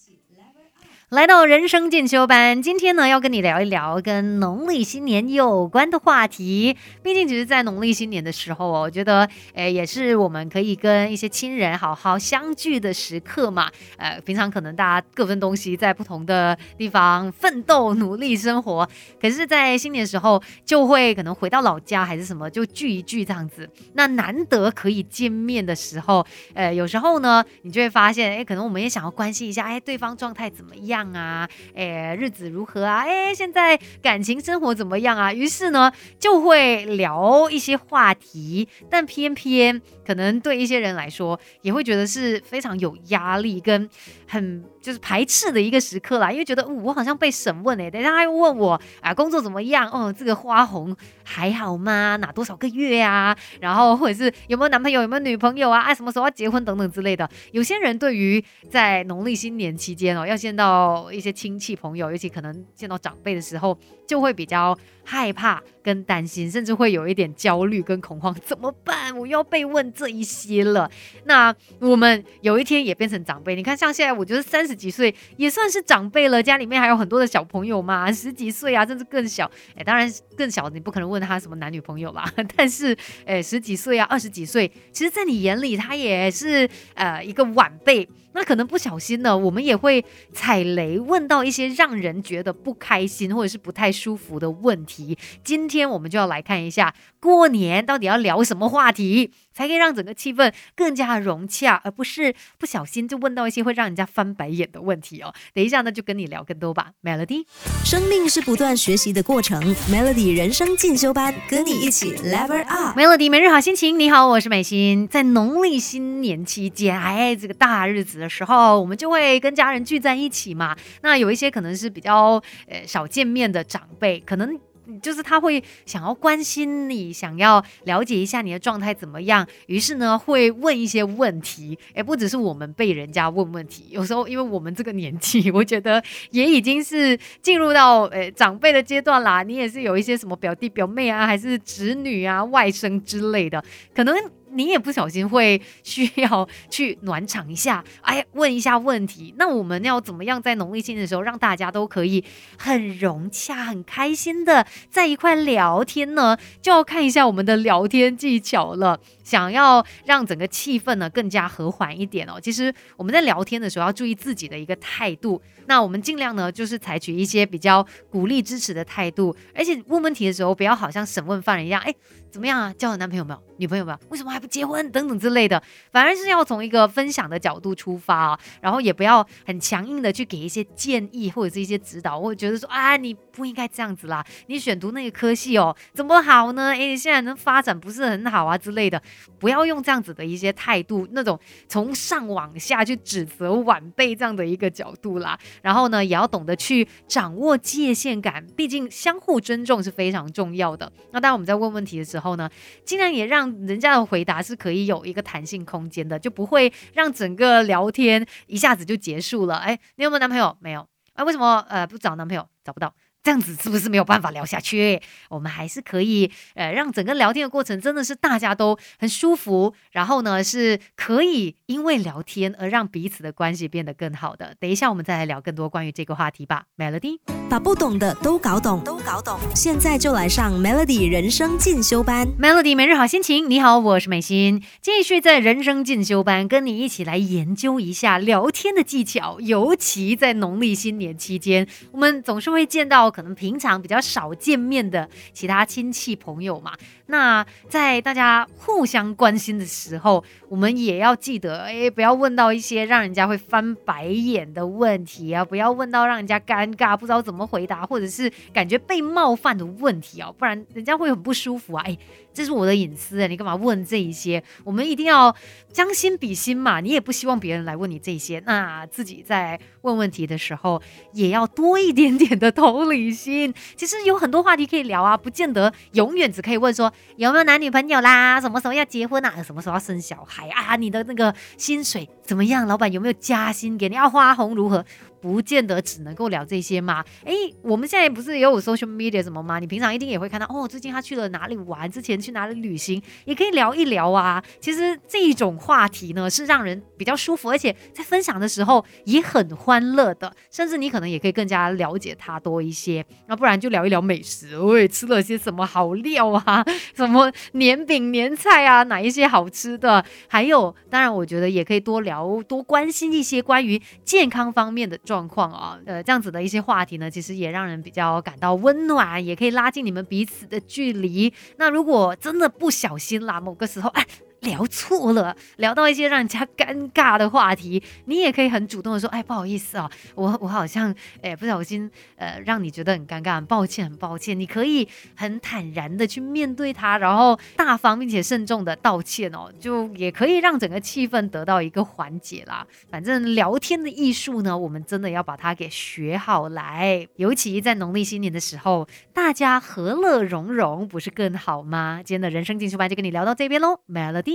来到人生进修班，今天呢要跟你聊一聊跟农历新年有关的话题。毕竟其实在农历新年的时候我觉得也是我们可以跟一些亲人好好相聚的时刻嘛。平常可能大家各分东西，在不同的地方奋斗努力生活，可是在新年的时候就会可能回到老家还是什么就聚一聚这样子。那难得可以见面的时候，有时候呢你就会发现可能我们也想要关心一下对方状态怎么样啊，日子如何啊，现在感情生活怎么样啊，于是呢就会聊一些话题，但偏偏可能对一些人来说也会觉得是非常有压力跟很就是排斥的一个时刻啦，因为觉得我好像被审问等一下他又问我工作怎么样，这个花红还好吗，哪多少个月啊，然后或者是有没有男朋友有没有女朋友啊，什么时候要结婚等等之类的。有些人对于在农历新年期间要见到一些亲戚朋友，尤其可能见到长辈的时候，就会比较害怕跟担心，甚至会有一点焦虑跟恐慌，怎么办？我又要被问这一些了。那我们有一天也变成长辈，你看像现在我觉得30几岁也算是长辈了，家里面还有很多的小朋友嘛，10几岁啊，甚至更小。当然更小你不可能问他什么男女朋友啦，但是10几岁啊20几岁，其实在你眼里他也是一个晚辈。那可能不小心呢，我们也会踩雷，问到一些让人觉得不开心或者是不太舒服的问题。今天我们就要来看一下，过年到底要聊什么话题，才可以让整个气氛更加融洽，而不是不小心就问到一些会让人家翻白眼的问题哦。等一下呢，就跟你聊更多吧。 Melody， 生命是不断学习的过程， Melody 人生进修班，跟你一起 Level Up。 Melody 每日好心情，你好，我是美心。在农历新年期间，这个大日子的时候，我们就会跟家人聚在一起嘛。那有一些可能是比较少见面的长辈，可能就是他会想要关心你，想要了解一下你的状态怎么样，于是呢会问一些问题。不只是我们被人家问问题，有时候因为我们这个年纪，我觉得也已经是进入到长辈的阶段啦。你也是有一些什么表弟表妹啊，还是侄女啊、外甥之类的，可能你也不小心会需要去暖场一下，问一下问题。那我们要怎么样在农历新年的时候让大家都可以很融洽很开心的在一块聊天呢？就要看一下我们的聊天技巧了。想要让整个气氛呢更加和缓一点其实我们在聊天的时候要注意自己的一个态度。那我们尽量呢就是采取一些比较鼓励支持的态度，而且问问题的时候不要好像审问犯人一样，怎么样啊？交了男朋友没有？女朋友没有？为什么还不结婚？等等之类的，反而是要从一个分享的角度出发然后也不要很强硬的去给一些建议或者是一些指导，或者觉得说你不应该这样子啦，你选读那个科系怎么好呢？现在能发展不是很好啊之类的，不要用这样子的一些态度，那种从上往下去指责晚辈这样的一个角度啦。然后呢，也要懂得去掌握界限感，毕竟相互尊重是非常重要的。那当然我们在问问题的时候呢，尽量也让人家的回答是可以有一个弹性空间的，就不会让整个聊天一下子就结束了。你有没有男朋友？没有。为什么不找男朋友？找不到。这样子是不是没有办法聊下去？我们还是可以让整个聊天的过程真的是大家都很舒服，然后呢是可以因为聊天而让彼此的关系变得更好的。等一下我们再来聊更多关于这个话题吧。 Melody， 把不懂的都搞懂，现在就来上 Melody 人生进修班。 Melody 每日好心情，你好，我是美心，继续在人生进修班跟你一起来研究一下聊天的技巧。尤其在农历新年期间，我们总是会见到可能平常比较少见面的其他亲戚朋友嘛。那在大家互相关心的时候，我们也要记得不要问到一些让人家会翻白眼的问题不要问到让人家尴尬不知道怎么回答，或者是感觉被冒犯的问题不然人家会很不舒服这是我的隐私你干嘛问这一些？我们一定要将心比心嘛，你也不希望别人来问你这些，那自己在问问题的时候也要多一点点的同理心。其实有很多话题可以聊不见得永远只可以问说有没有男女朋友啦，什么时候要结婚什么时候要生小孩你的那个薪水怎么样，老板有没有加薪给你，花红如何， 不见得只能够聊这些嘛。我们现在不是也有 social media 什么吗？你平常一定也会看到最近他去了哪里玩，之前去哪里旅行，也可以聊一聊啊。其实这一种话题呢，是让人比较舒服，而且在分享的时候也很欢乐的，甚至你可能也可以更加了解他多一些。那不然就聊一聊美食，吃了些什么好料啊，什么年饼年菜啊，哪一些好吃的，还有当然我觉得也可以多聊多关心一些关于健康方面的状况啊，这样子的一些话题呢，其实也让人比较感到温暖，也可以拉近你们彼此的距离。那如果真的不小心啦，某个时候聊错了，聊到一些让人家尴尬的话题，你也可以很主动的说，不好意思啊，我好像不小心让你觉得很尴尬，很抱歉很抱歉。你可以很坦然的去面对它，然后大方并且慎重的道歉哦，就也可以让整个气氛得到一个缓解啦。反正聊天的艺术呢，我们真的要把它给学好来，尤其在农历新年的时候，大家和乐融融不是更好吗？今天的人生进修班就跟你聊到这边咯，Melody。